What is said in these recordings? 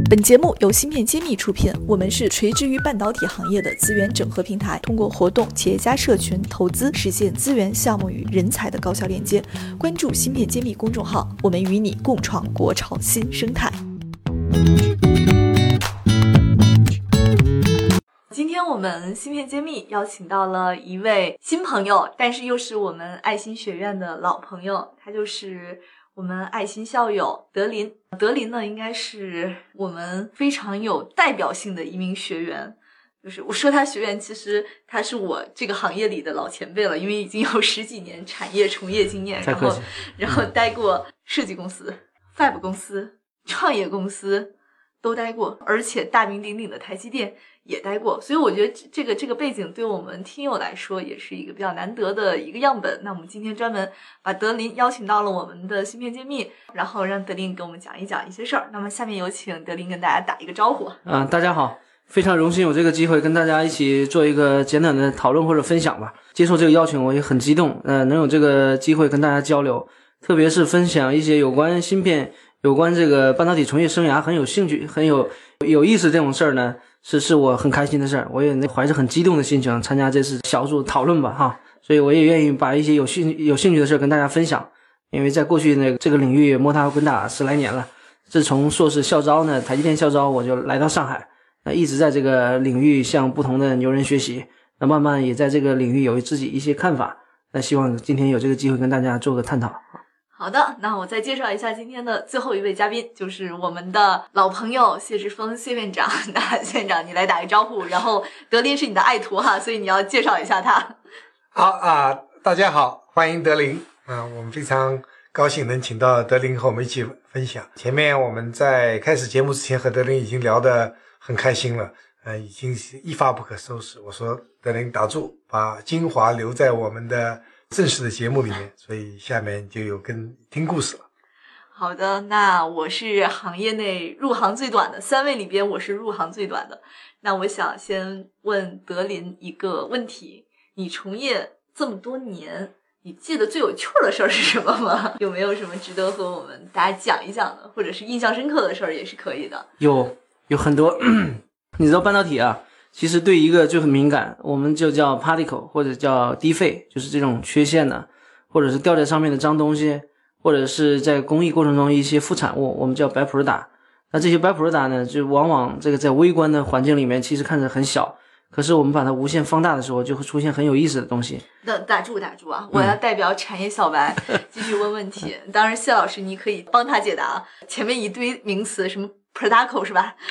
本节目由芯片揭秘出品，我们是垂直于半导体行业的资源整合平台，通过活动、企业家社群、投资，实现资源、项目与人才的高效链接。关注芯片揭秘公众号，我们与你共创国潮新生态。今天我们芯片揭秘邀请到了一位新朋友，但是又是我们爱芯学院的老朋友，他就是我们爱芯校友德林。德林呢，应该是我们非常有代表性的一名学员。就是我说他学员，其实他是我这个行业里的老前辈了，因为已经有10几年产业从业经验，然后待过设计公司、Fab 公司、创业公司都待过，而且大名鼎鼎的台积电也待过，所以我觉得这个背景对我们听友来说也是一个比较难得的一个样本。那我们今天专门把德林邀请到了我们的芯片揭秘，然后让德林给我们讲一讲一些事儿。那么下面有请德林跟大家打一个招呼。 大家好，非常荣幸有这个机会跟大家一起做一个简短的讨论或者分享吧。接受这个邀请我也很激动，能有这个机会跟大家交流，特别是分享一些有关芯片、有关这个半导体从业生涯很有兴趣、很有意思这种事儿呢，是我很开心的事儿。我也怀着很激动的心情参加这次小组讨论吧哈，所以我也愿意把一些有兴趣的事儿跟大家分享。因为在过去这个领域摸爬滚打10来年了，自从硕士校招呢，台积电校招我就来到上海，一直在这个领域向不同的牛人学习，那慢慢也在这个领域有自己一些看法。那希望今天有这个机会跟大家做个探讨。 好的，那我再介绍一下今天的最后一位嘉宾，就是我们的老朋友谢志峰谢院长。那谢院长你来打个招呼，然后德林是你的爱徒哈，所以你要介绍一下他。 好大家好，欢迎德林我们非常高兴能请到德林和我们一起分享。前面我们在开始节目之前和德林已经聊得很开心了，已经是一发不可收拾。我说德林打住，把精华留在我们的正式的节目里面，所以下面就有跟听故事了。 好的，那我是行业内入行最短的3位里边，我是入行最短的。那我想先问德林一个问题，你从业这么多年，你记得最有趣的事儿是什么吗？有没有什么值得和我们大家讲一讲的，或者是印象深刻的事儿也是可以的。 有很多你知道半导体啊，其实对一个就很敏感，我们就叫 particle 或者叫defect，就是这种缺陷的，或者是掉在上面的脏东西，或者是在工艺过程中一些副产物，我们叫 byproduct。那这些 byproduct 呢，就往往这个在微观的环境里面其实看着很小，可是我们把它无限放大的时候，就会出现很有意思的东西。打住啊！我要代表产业小白继续问问题。当然谢老师你可以帮他解答，前面一堆名词什么particle 是吧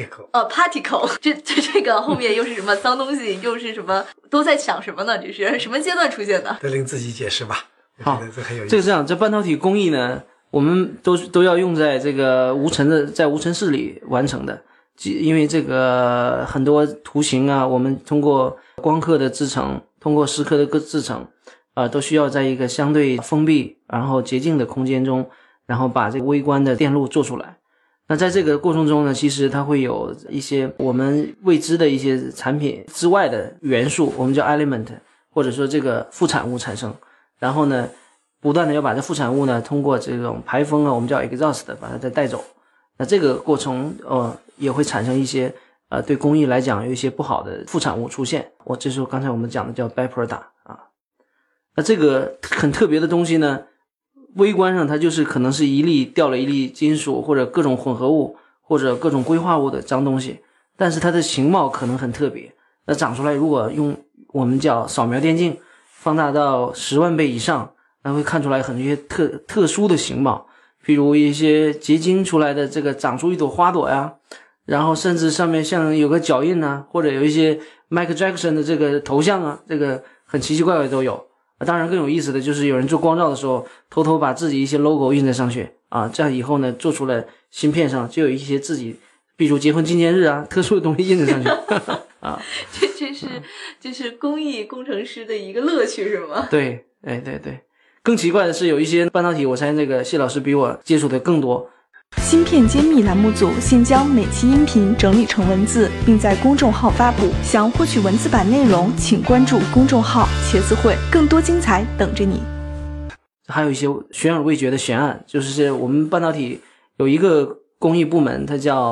particle 这个后面又是什么脏东西又是什么，都在想什么呢？这是什么阶段出现的？ 德林自己解释吧。 好， 这很有意思。 这个这样，这半导体工艺呢，我们都要用在这个在无尘室里完成的，因为这个很多图形啊，我们通过光刻的制成，通过蚀刻的制成都需要在一个相对封闭然后洁净的空间中，然后把这个微观的电路做出来。那在这个过程中呢，其实它会有一些我们未知的一些产品之外的元素，我们叫 element， 或者说这个副产物产生，然后呢不断的要把这副产物呢通过这种排风我们叫 exhaust 把它再带走。那这个过程也会产生一些对工艺来讲有一些不好的副产物出现，这是刚才我们讲的叫 byproduct 那这个很特别的东西呢，微观上它就是可能是掉了一粒金属或者各种混合物或者各种硅化物的脏东西，但是它的形貌可能很特别。那长出来如果用我们叫扫描电镜放大到10万倍以上，那会看出来很多一些特殊的形貌，譬如一些结晶出来的这个长出一朵花朵呀，然后甚至上面像有个脚印啊，或者有一些 Michael Jackson 的这个头像啊，这个很奇奇怪怪都有。当然更有意思的就是有人做光照的时候偷偷把自己一些 logo 印在上去这样以后呢做出了芯片上就有一些自己比如结婚纪念日特殊的东西印在上去这是工艺工程师的一个乐趣是吗？ 对。更奇怪的是有一些半导体，我猜那个谢老师比我接触的更多。 芯片揭秘栏目组现将每期音频整理成文字，并在公众号发布。想获取文字版内容，请关注公众号茄子会，更多精彩等着你。 还有一些悬而未决的悬案，就是我们半导体有一个工艺部门，它叫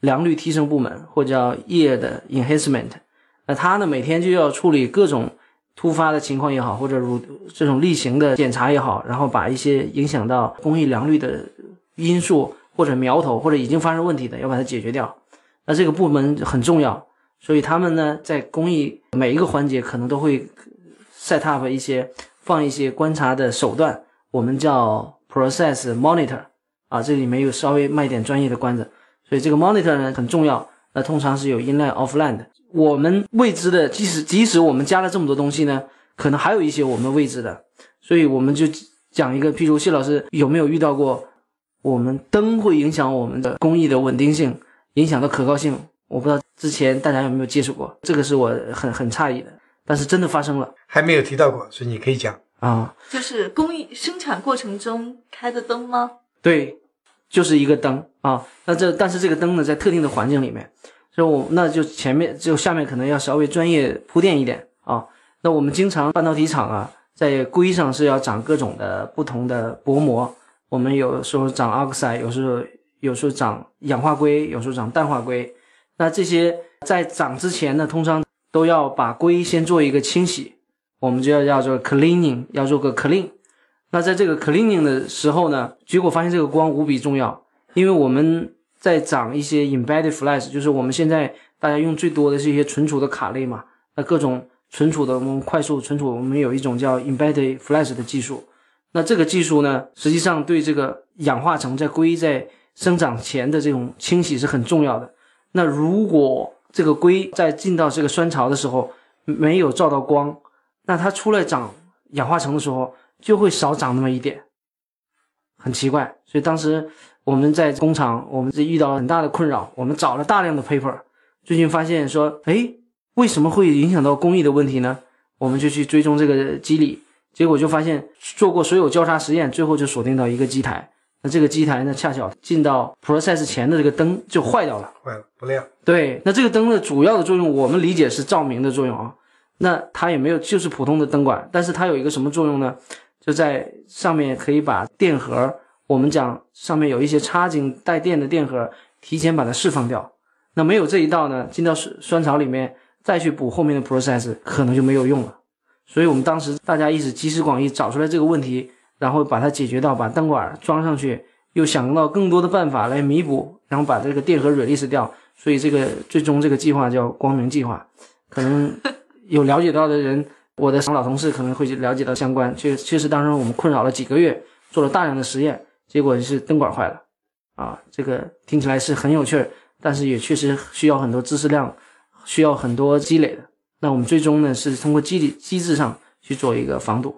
良率提升部门，或者叫 yield enhancement。那他呢每天就要处理各种突发的情况也好，或者这种例行的检查也好，然后把一些影响到工艺良率的因素或者苗头或者已经发生问题的要把它解决掉。那这个部门很重要，所以他们呢在工艺每一个环节可能都会 set up 放一些观察的手段，我们叫 process monitor 啊，这里面有稍微卖点专业的关子。所以这个 monitor 呢很重要，那通常是有 inline offline 的。我们未知的即使我们加了这么多东西呢，可能还有一些我们未知的。所以我们就讲一个，譬如谢老师有没有遇到过我们灯会影响我们的工艺的稳定性，影响到可靠性？我不知道之前大家有没有接触过，这个是我很诧异的，但是真的发生了。 还没有提到过，所以你可以讲啊。 就是工艺生产过程中开的灯吗？ 对，就是一个灯啊。但是这个灯呢在特定的环境里面，所以那就下面可能要稍微专业铺垫一点啊。那我们经常半导体厂啊，在硅上是要长各种的不同的薄膜，我们有时候长 oxide， 有时候长氧化硅，有时候长氮化硅。那这些在长之前呢，通常都要把硅先做一个清洗，我们就要叫做 cleaning， 要做个 clean。那在这个 cleaning 的时候呢，结果发现这个光无比重要，因为我们在长一些 embedded flash， 就是我们现在大家用最多的是一些存储的卡类嘛，那各种存储的我们快速存储，我们有一种叫 embedded flash 的技术。那这个技术呢，实际上对这个氧化层在硅在生长前的这种清洗是很重要的。那如果这个硅在进到这个酸槽的时候没有照到光，那它出来长氧化层的时候就会少长那么一点，很奇怪。所以当时我们在工厂，我们是遇到了很大的困扰，我们找了大量的 paper， 最近发现说为什么会影响到工艺的问题呢？我们就去追踪这个机理，结果就发现做过所有交叉实验，最后就锁定到一个机台。那这个机台呢，恰巧进到 process 前的这个灯就坏掉了， 不亮。 对，那这个灯的主要的作用，我们理解是照明的作用啊。那它也没有，就是普通的灯管，但是它有一个什么作用呢？就在上面可以把电荷，我们讲上面有一些插进带电的电荷，提前把它释放掉。那没有这一道呢，进到酸槽里面再去补后面的 process 可能就没有用了。所以我们当时大家一直集思广益找出来这个问题，然后把它解决到把灯管装上去，又想到更多的办法来弥补，然后把这个电荷 release 掉。所以这个最终这个计划叫光明计划。可能有了解到的人，我的老同事可能会了解到相关。确实当时我们困扰了几个月，做了大量的实验，结果是灯管坏了啊。这个听起来是很有趣，但是也确实需要很多知识量，需要很多积累的。那我们最终呢是通过机制上去做一个防堵。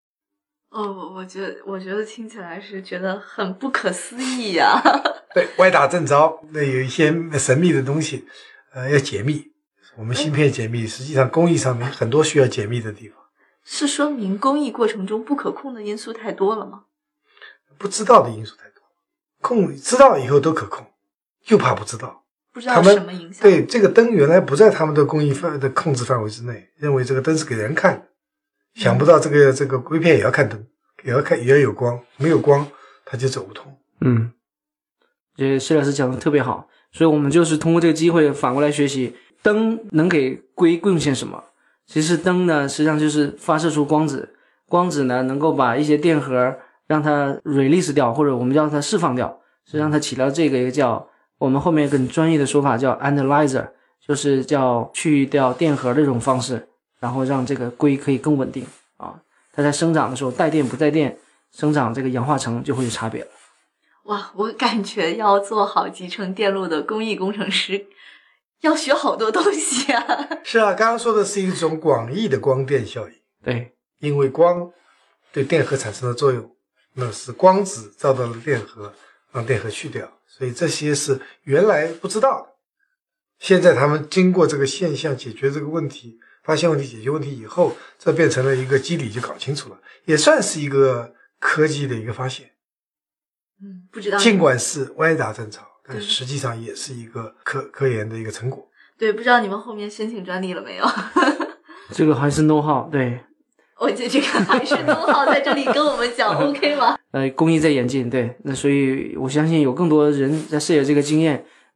我觉得听起来是觉得很不可思议呀。 对，歪打正着，那有一些神秘的东西，要解密。我们芯片解密，实际上工艺上面很多需要解密的地方。 是说明工艺过程中不可控的因素太多了吗？ 不知道的因素太多，知道以后都可控，就怕不知道。 不知道什么影响。 对，这个灯原来不在他们的工艺的控制范围之内，认为这个灯是给人看的，想不到这个硅片也要看灯，也要有光，没有光它就走不通。 谢老师讲的特别好，所以我们就是通过这个机会反过来学习灯能给硅贡献什么。其实灯呢实际上就是发射出光子，光子呢能够把一些电荷让它 release 掉，或者我们叫它释放掉，实际上它起到这个一个叫我们后面更专业的说法叫 analyzer， 就是叫去掉电荷的这种方式，然后让这个硅可以更稳定啊。它在生长的时候带电不带电，生长这个氧化层就会有差别了。 哇，我感觉要做好集成电路的工艺工程师要学好多东西啊。是啊，刚刚说的是一种广义的光电效应。 对， 因为光对电荷产生的作用，那是光子照到了电荷，让电荷去掉，所以这些是原来不知道的。现在他们经过这个现象解决这个问题，发现问题解决问题以后，这变成了一个机理就搞清楚了，也算是一个科技的一个发现。 不知道， 尽管是歪打正着，但实际上也是一个科研的一个成果。 对，不知道你们后面申请专利了没有？ 这个还是 know how， 对。 我觉得这个还是 know how 在这里跟我们讲OK 吗？ 工艺在演进，对，那所以我相信有更多人在涉猎这个经验，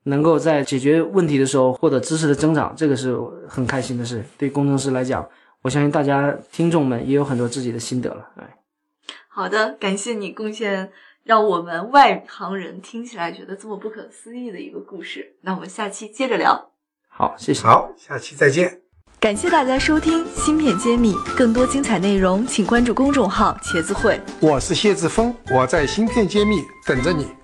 能够在解决问题的时候获得知识的增长，这个是很开心的事。对工程师来讲，我相信大家听众们也有很多自己的心得了。 好的，感谢你贡献让我们外行人听起来觉得这么不可思议的一个故事。那我们下期接着聊。 好，谢谢。 好，下期再见。 感谢大家收听芯片揭秘，更多精彩内容请关注公众号茄子会。 我是谢志峰，我在芯片揭秘等着你。